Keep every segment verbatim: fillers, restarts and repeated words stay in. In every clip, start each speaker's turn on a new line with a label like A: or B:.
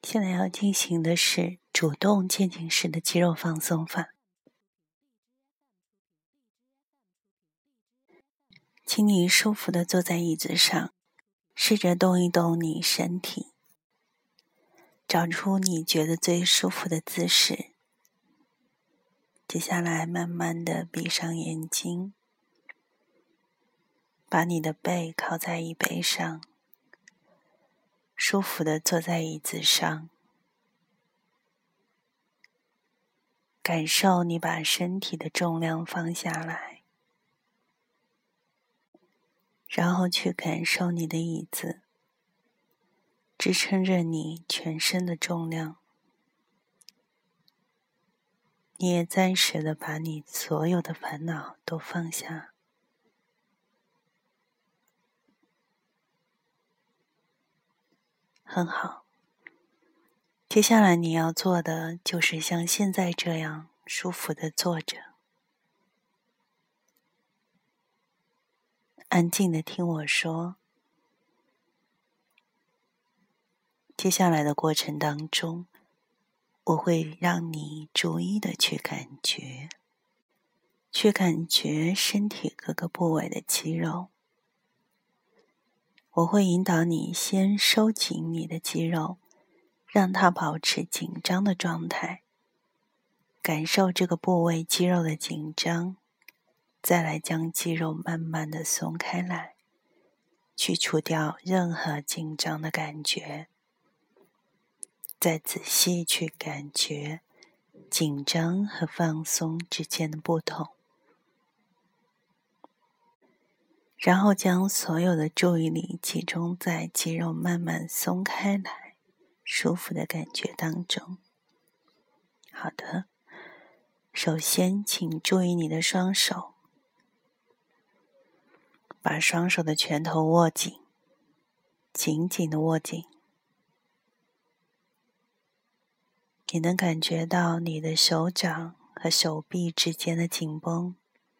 A: 现在要进行的是主动渐进式的肌肉放松法。请你舒服地坐在椅子上，试着动一动你身体，找出你觉得最舒服的姿势。接下来慢慢地闭上眼睛，把你的背靠在椅背上，舒服地坐在椅子上，感受你把身体的重量放下来，然后去感受你的椅子支撑着你全身的重量。你也暂时的把你所有的烦恼都放下。很好，接下来你要做的就是像现在这样舒服的坐着，安静的听我说。接下来的过程当中，我会让你逐一的去感觉，去感觉身体各个部位的肌肉。我会引导你先收紧你的肌肉，让它保持紧张的状态，感受这个部位肌肉的紧张，再来将肌肉慢慢的松开来，去除掉任何紧张的感觉，再仔细去感觉紧张和放松之间的不同，然后将所有的注意力集中在肌肉慢慢松开来舒服的感觉当中。好的，首先请注意你的双手，把双手的拳头握紧，紧紧的握紧。你能感觉到你的手掌和手臂之间的紧绷，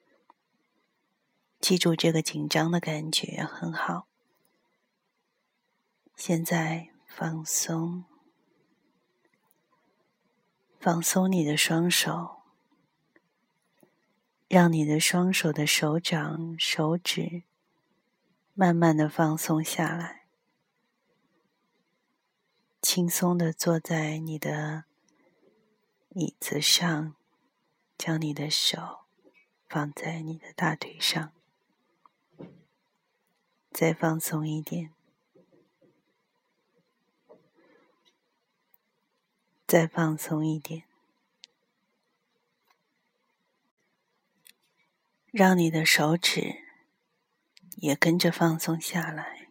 A: 记住这个紧张的感觉很好。现在放松，放松你的双手，让你的双手的手掌、手指慢慢的放松下来，轻松的坐在你的椅子上，将你的手放在你的大腿上，再放松一点，再放松一点，让你的手指也跟着放松下来。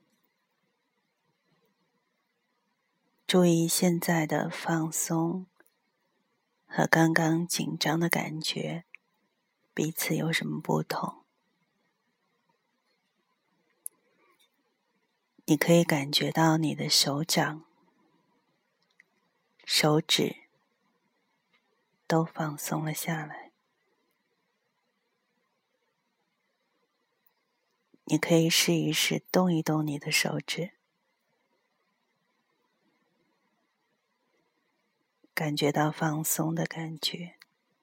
A: 注意现在的放松和刚刚紧张的感觉彼此有什么不同。你可以感觉到你的手掌、手指都放松了下来。你可以试一试动一动你的手指，感觉到放松的感觉。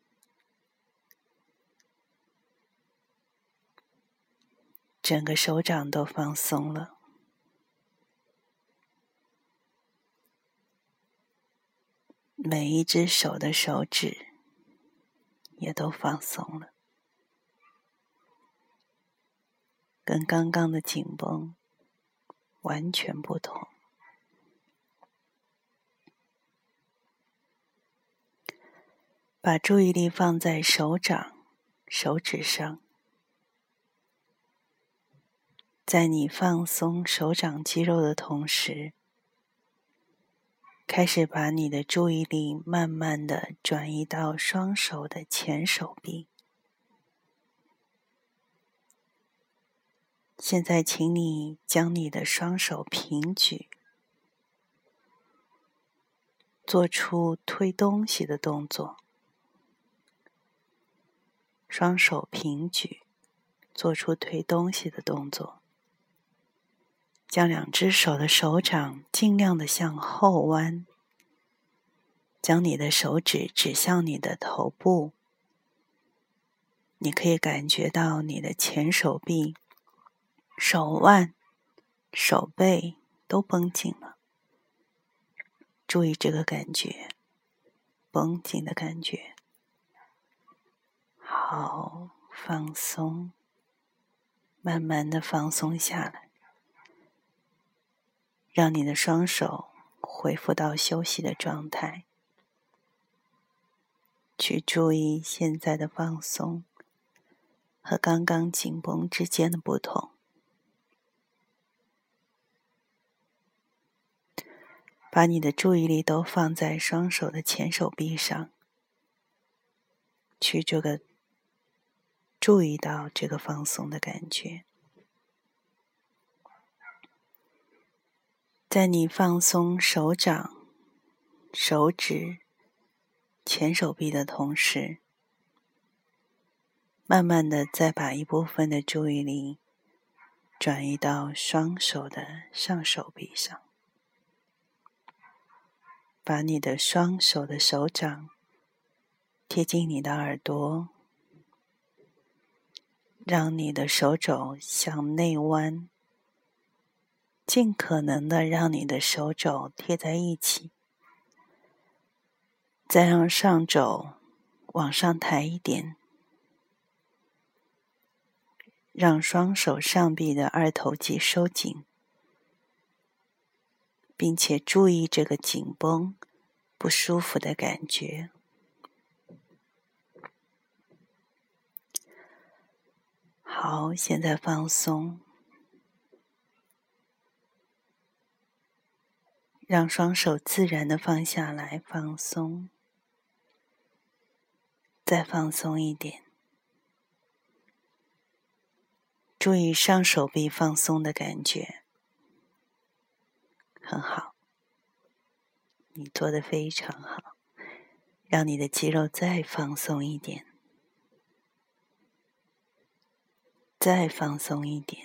A: 整个手掌都放松了，每一只手的手指也都放松了，跟刚刚的紧绷完全不同。把注意力放在手掌、手指上，在你放松手掌肌肉的同时，开始把你的注意力慢慢地转移到双手的前手臂。现在请你将你的双手平举，做出推东西的动作。双手平举，做出推东西的动作。 将两只手的手掌尽量的向后弯，将你的手指指向你的头部。你可以感觉到你的前手臂、手腕、手背都绷紧了。注意这个感觉，绷紧的感觉。好，放松，慢慢的放松下来，让你的双手恢复到休息的状态。去注意现在的放松和刚刚紧绷之间的不同。把你的注意力都放在双手的前手臂上，去这个注意到这个放松的感觉。在你放松手掌、手指、前手臂的同时，慢慢的再把一部分的注意力转移到双手的上手臂上。把你的双手的手掌贴近你的耳朵，让你的手肘向内弯，尽可能的让你的手肘贴在一起，再让上肘往上抬一点，让双手上臂的二头肌收紧，并且注意这个紧绷、不舒服的感觉。好，现在放松，让双手自然的放下来，放松，再放松一点。注意上手臂放松的感觉。很好，你做得非常好，让你的肌肉再放松一点，再放松一点。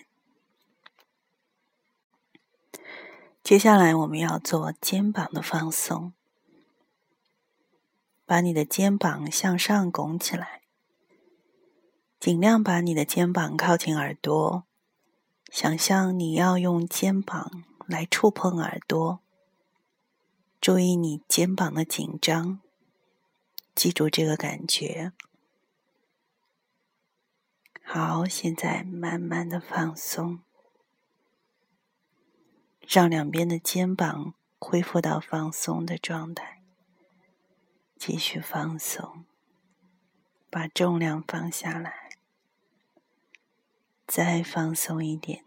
A: 接下来我们要做肩膀的放松，把你的肩膀向上拱起来，尽量把你的肩膀靠近耳朵，想象你要用肩膀来触碰耳朵，注意你肩膀的紧张，记住这个感觉。好，现在慢慢的放松，让两边的肩膀恢复到放松的状态，继续放松，把重量放下来，再放松一点。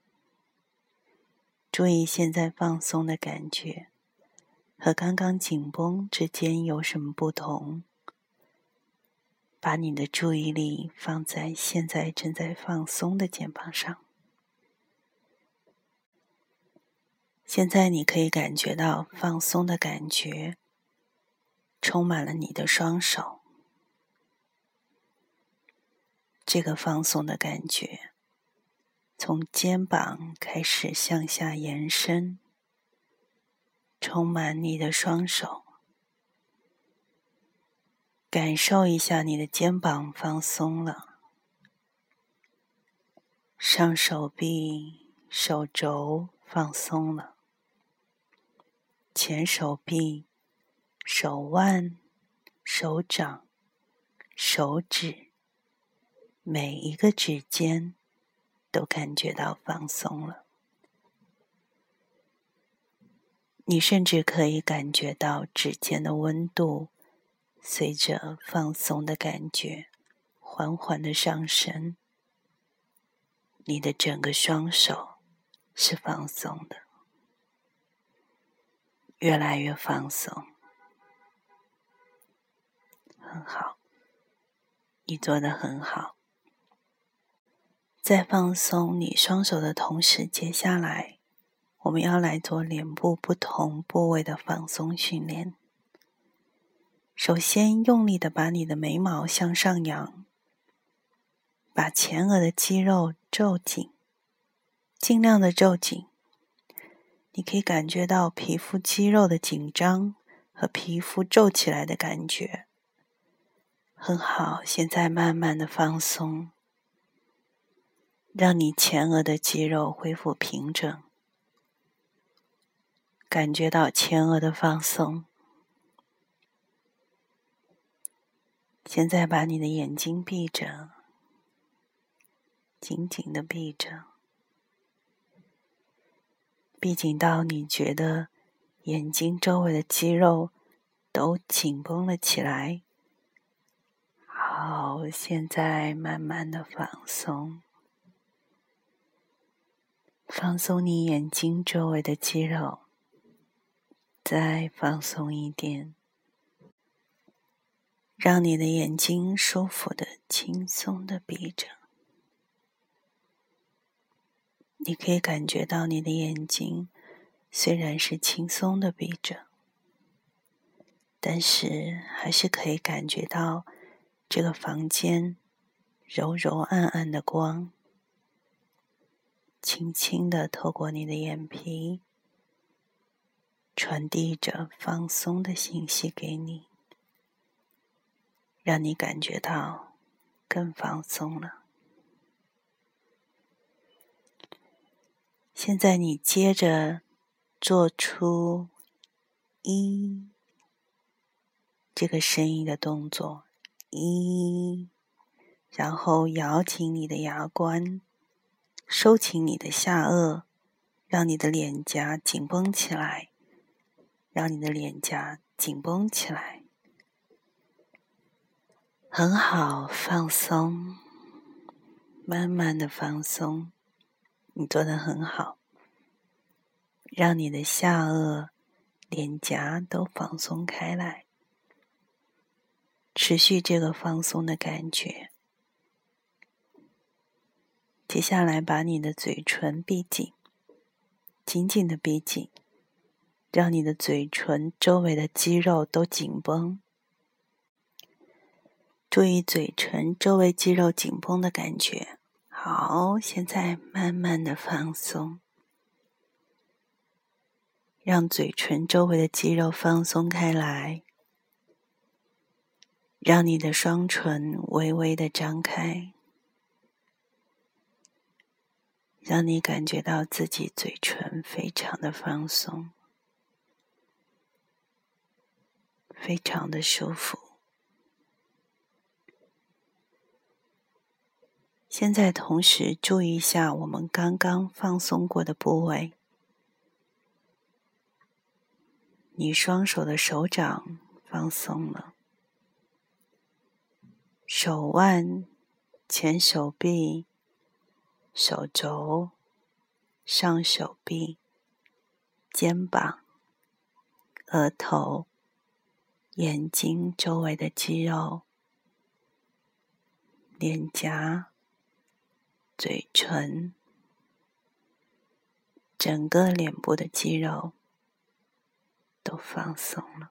A: 注意现在放松的感觉和刚刚紧绷之间有什么不同。把你的注意力放在现在正在放松的肩膀上。现在你可以感觉到放松的感觉充满了你的双手。这个放松的感觉从肩膀开始向下延伸，充满你的双手。感受一下你的肩膀放松了，上手臂、手肘放松了，前手臂、手腕、手掌、手指，每一个指尖都感觉到放松了。你甚至可以感觉到指尖的温度随着放松的感觉缓缓的上升，你的整个双手是放松的，越来越放松。很好，你做得很好。在放松你双手的同时，接下来我们要来做脸部不同部位的放松训练。首先用力的把你的眉毛向上扬，把前额的肌肉皱紧，尽量的皱紧， 你可以感觉到皮肤肌肉的紧张和皮肤皱起来的感觉。很好，现在慢慢的放松，让你前额的肌肉恢复平整，感觉到前额的放松。现在把你的眼睛闭着，紧紧的闭着，闭紧到你觉得眼睛周围的肌肉都紧绷了起来。好，现在慢慢的放松，放松你眼睛周围的肌肉，再放松一点，让你的眼睛舒服的、轻松的闭着。你可以感觉到你的眼睛虽然是轻松的闭着，但是还是可以感觉到这个房间柔柔暗暗的光，轻轻地透过你的眼皮，传递着放松的信息给你，让你感觉到更放松了。现在你接着做出一这个声音的动作，一，然后咬紧你的牙关，收紧你的下颚，让你的脸颊紧绷起来，让你的脸颊紧绷起来。很好，放松，慢慢的放松，你做得很好。让你的下颚、脸颊都放松开来，持续这个放松的感觉。接下来把你的嘴唇闭紧，紧紧的闭紧，让你的嘴唇周围的肌肉都紧绷。注意嘴唇周围肌肉紧绷的感觉。好，现在慢慢的放松，让嘴唇周围的肌肉放松开来，让你的双唇微微的张开，让你感觉到自己嘴唇非常的放松，非常的舒服。现在同时注意一下我们刚刚放松过的部位，你双手的手掌放松了，手腕、前手臂、手肘、上手臂、肩膀、额头、眼睛周围的肌肉、脸颊、嘴唇，整个脸部的肌肉都放松了。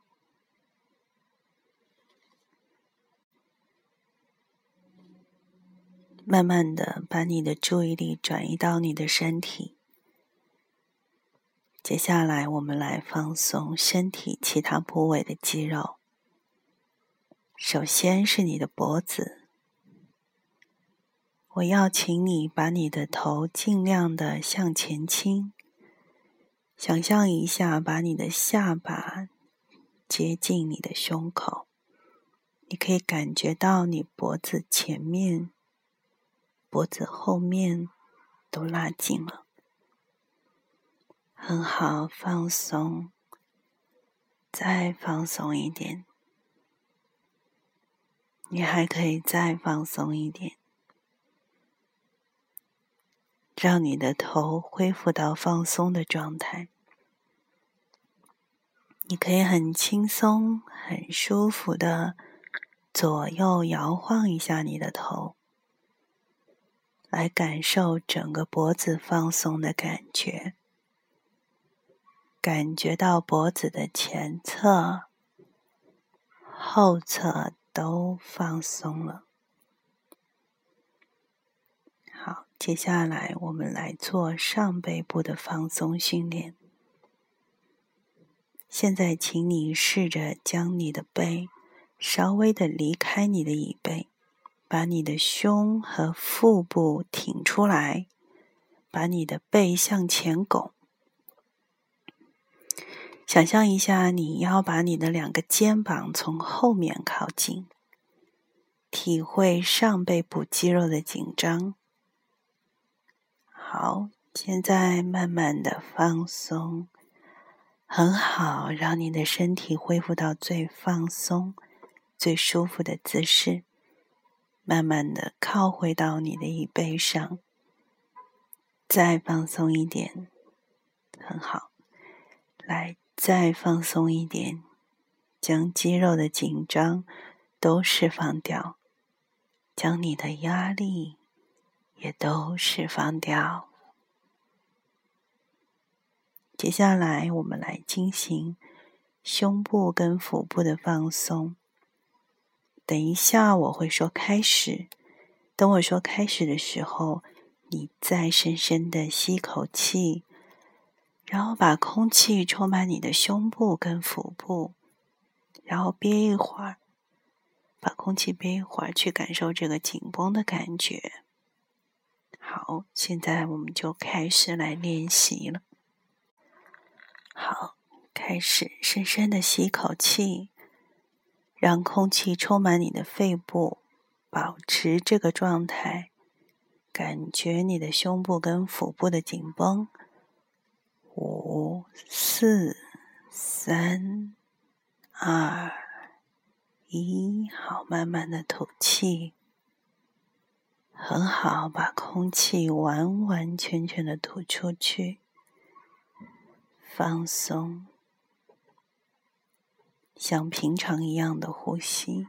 A: 慢慢的把你的注意力转移到你的身体。接下来我们来放松身体其他部位的肌肉。首先是你的脖子，我要请你把你的头尽量的向前倾，想象一下把你的下巴接近你的胸口，你可以感觉到你脖子前面、脖子后面都拉紧了。很好，放松，再放松一点，你还可以再放松一点，让你的头恢复到放松的状态。你可以很轻松、很舒服的左右摇晃一下你的头，来感受整个脖子放松的感觉。感觉到脖子的前侧、后侧都放松了。好，接下来我们来做上背部的放松训练。 现在请你试着将你的背稍微的离开你的椅背，把你的胸和腹部挺出来，把你的背向前拱。想象一下，你要把你的两个肩膀从后面靠近，体会上背部肌肉的紧张。好，现在慢慢的放松，很好，让你的身体恢复到最放松、最舒服的姿势。慢慢的靠回到你的椅背上，再放松一点，很好。来，再放松一点，将肌肉的紧张都释放掉，将你的压力也都释放掉。接下来我们来进行胸部跟腹部的放松。等一下我会说开始，等我说开始的时候，你再深深的吸口气，然后把空气充满你的胸部跟腹部，然后憋一会儿，把空气憋一会儿，去感受这个紧绷的感觉。好，现在我们就开始来练习了。好，开始深深的吸口气，让空气充满你的肺部，保持这个状态，感觉你的胸部跟腹部的紧绷。五、四、三、二、一，好，慢慢的吐气。很好，把空气完完全全的吐出去，放松，像平常一样的呼吸。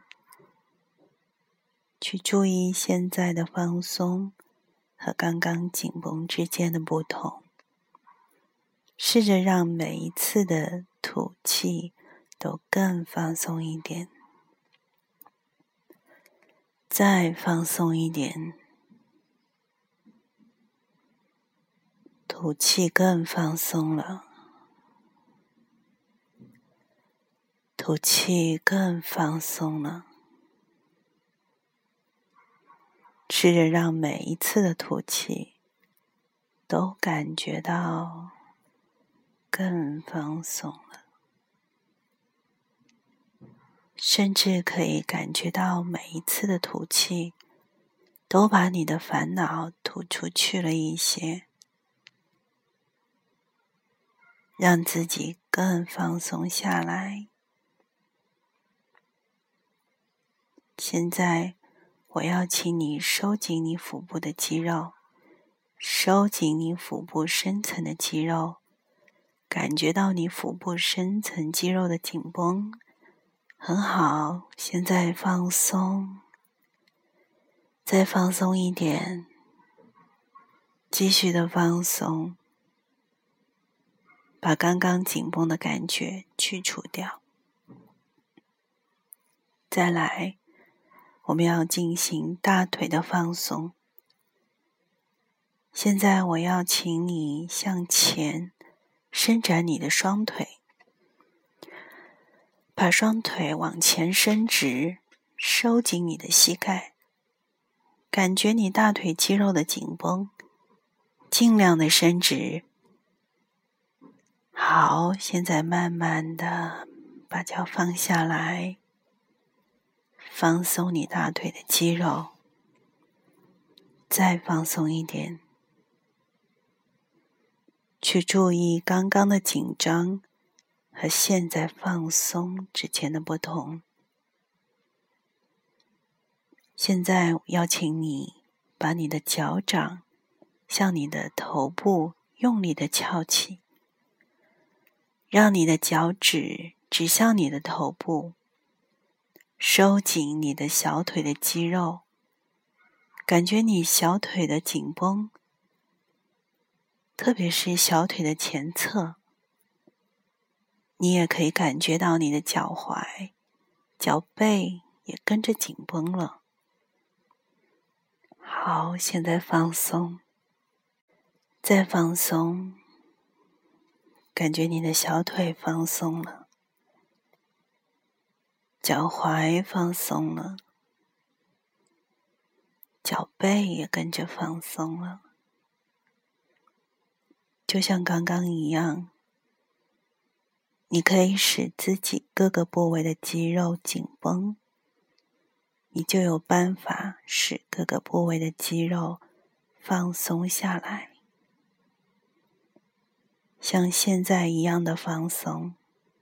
A: 去注意现在的放松和刚刚紧绷之间的不同，试着让每一次的吐气都更放松一点，再放松一点，吐气更放松了，吐气更放松了。试着让每一次的吐气都感觉到更放松了，甚至可以感觉到每一次的吐气都把你的烦恼吐出去了一些，让自己更放松下来。现在我要请你收紧你腹部的肌肉，收紧你腹部深层的肌肉，感觉到你腹部深层肌肉的紧绷。很好，现在放松，再放松一点，继续的放松，把刚刚紧绷的感觉去除掉。再来，我们要进行大腿的放松。现在我要请你向前伸展你的双腿，把双腿往前伸直，收紧你的膝盖，感觉你大腿肌肉的紧绷，尽量的伸直。好，现在慢慢的把脚放下来，放松你大腿的肌肉，再放松一点，去注意刚刚的紧张和现在放松之间的不同。现在邀请你把你的脚掌向你的头部用力的翘起，让你的脚趾指向你的头部，收紧你的小腿的肌肉，感觉你小腿的紧绷，特别是小腿的前侧。你也可以感觉到你的脚踝、脚背也跟着紧绷了。好，现在放松，再放松，感觉你的小腿放松了， 脚踝放松了，脚背也跟着放松了，就像刚刚一样，你可以使自己各个部位的肌肉紧绷，你就有办法使各个部位的肌肉放松下来，像现在一样的放松。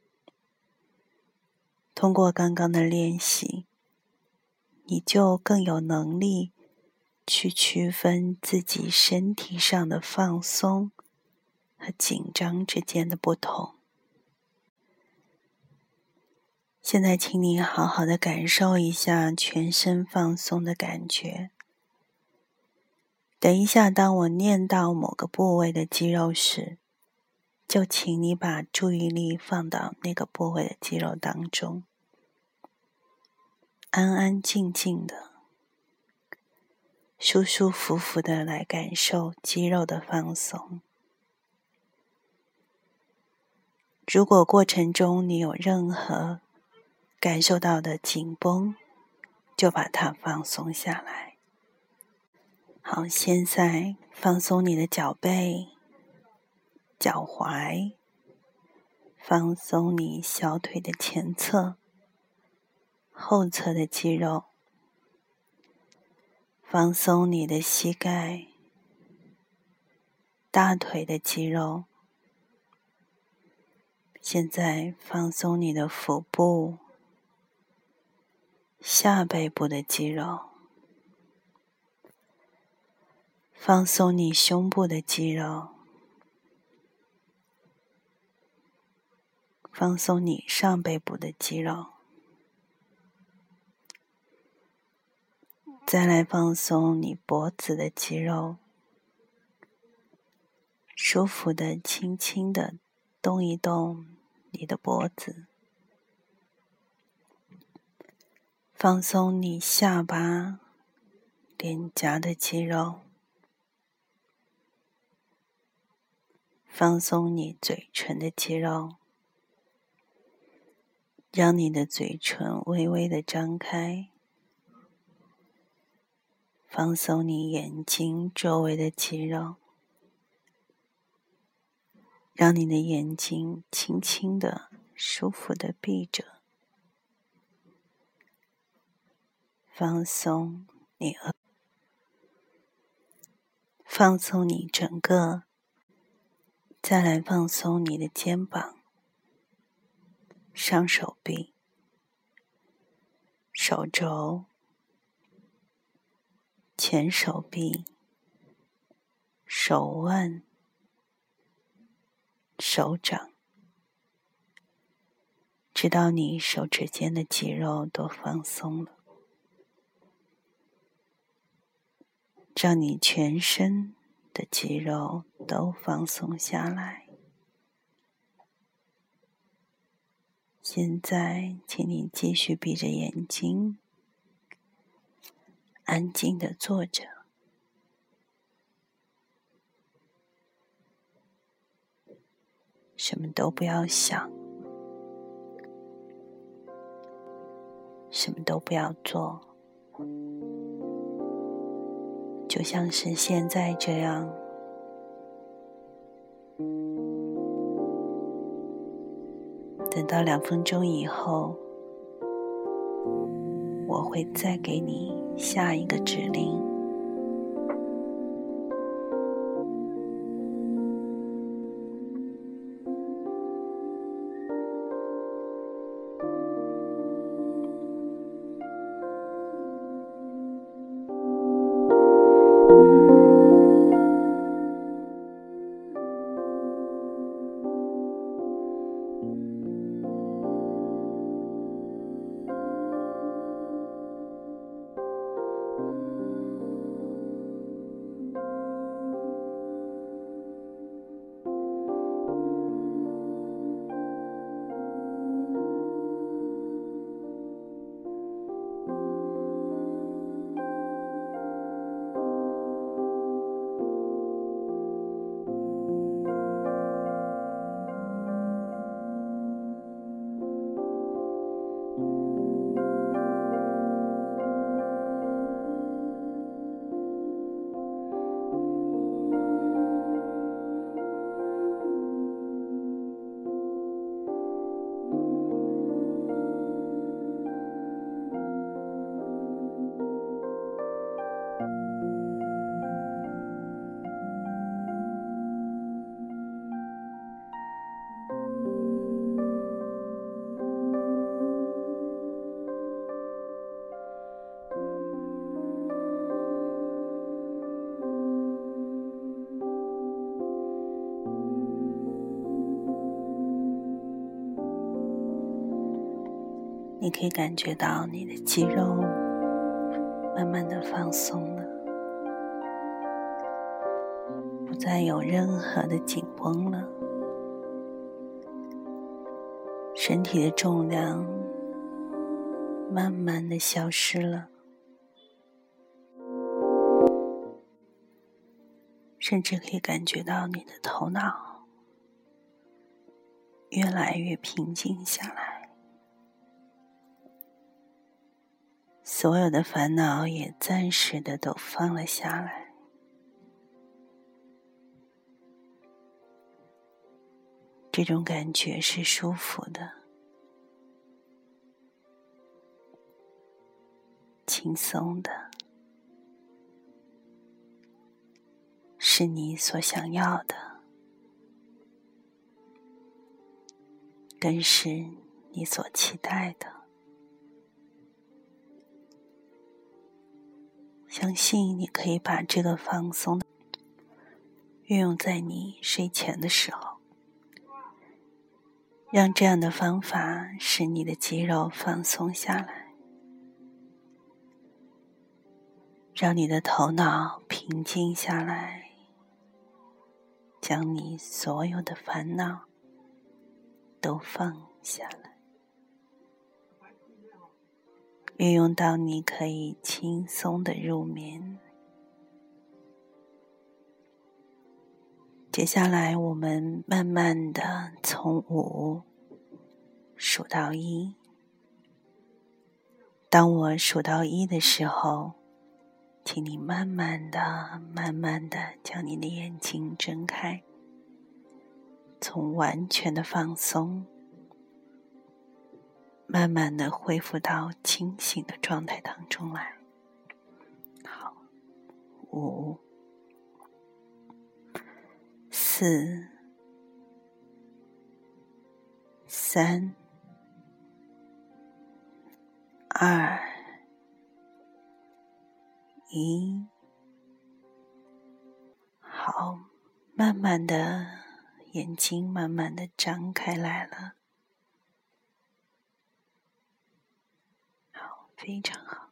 A: 通过刚刚的练习，你就更有能力去区分自己身体上的放松和紧张之间的不同。现在请你好好的感受一下全身放松的感觉。等一下，当我念到某个部位的肌肉时，就请你把注意力放到那个部位的肌肉当中，安安静静的，舒舒服服的来感受肌肉的放松。如果过程中你有任何感受到的紧绷，就把它放松下来。好，现在放松你的脚背、脚踝，放松你小腿的前侧、后侧的肌肉，放松你的膝盖、大腿的肌肉。现在放松你的腹部、下背部的肌肉，放松你胸部的肌肉，放松你上背部的肌肉，再来放松你脖子的肌肉，舒服的轻轻的动一动你的脖子，放松你下巴、脸颊的肌肉，放松你嘴唇的肌肉，让你的嘴唇微微的张开，放松你眼睛周围的肌肉，让你的眼睛轻轻的、舒服的闭着，放松你额，放松你整个，再来放松你的肩膀、上手臂、手肘、前手臂、手腕、手掌，直到你手指间的肌肉都放松了，让你全身的肌肉都放松下来。现在请你继续闭着眼睛，安静地坐着，什么都不要想，什么都不要做，就像是现在这样。等到两分钟以后，我会再给你下一个指令。 你可以感觉到你的肌肉慢慢的放松了，不再有任何的紧绷了，身体的重量慢慢的消失了，甚至可以感觉到你的头脑越来越平静下来，所有的烦恼也暂时的都放了下来。这种感觉是舒服的，轻松的，是你所想要的，更是你所期待的。相信你可以把这个放松运用在你睡前的时候，让这样的方法使你的肌肉放松下来，让你的头脑平静下来，将你所有的烦恼都放下来，运用到你可以轻松的入眠。接下来我们慢慢的从五数到一，当我数到一的时候，请你慢慢的慢慢的将你的眼睛睁开，从完全的放松慢慢的恢复到清醒的状态当中来。好，五四三二一，好，慢慢的眼睛慢慢的张开来了，好，非常好。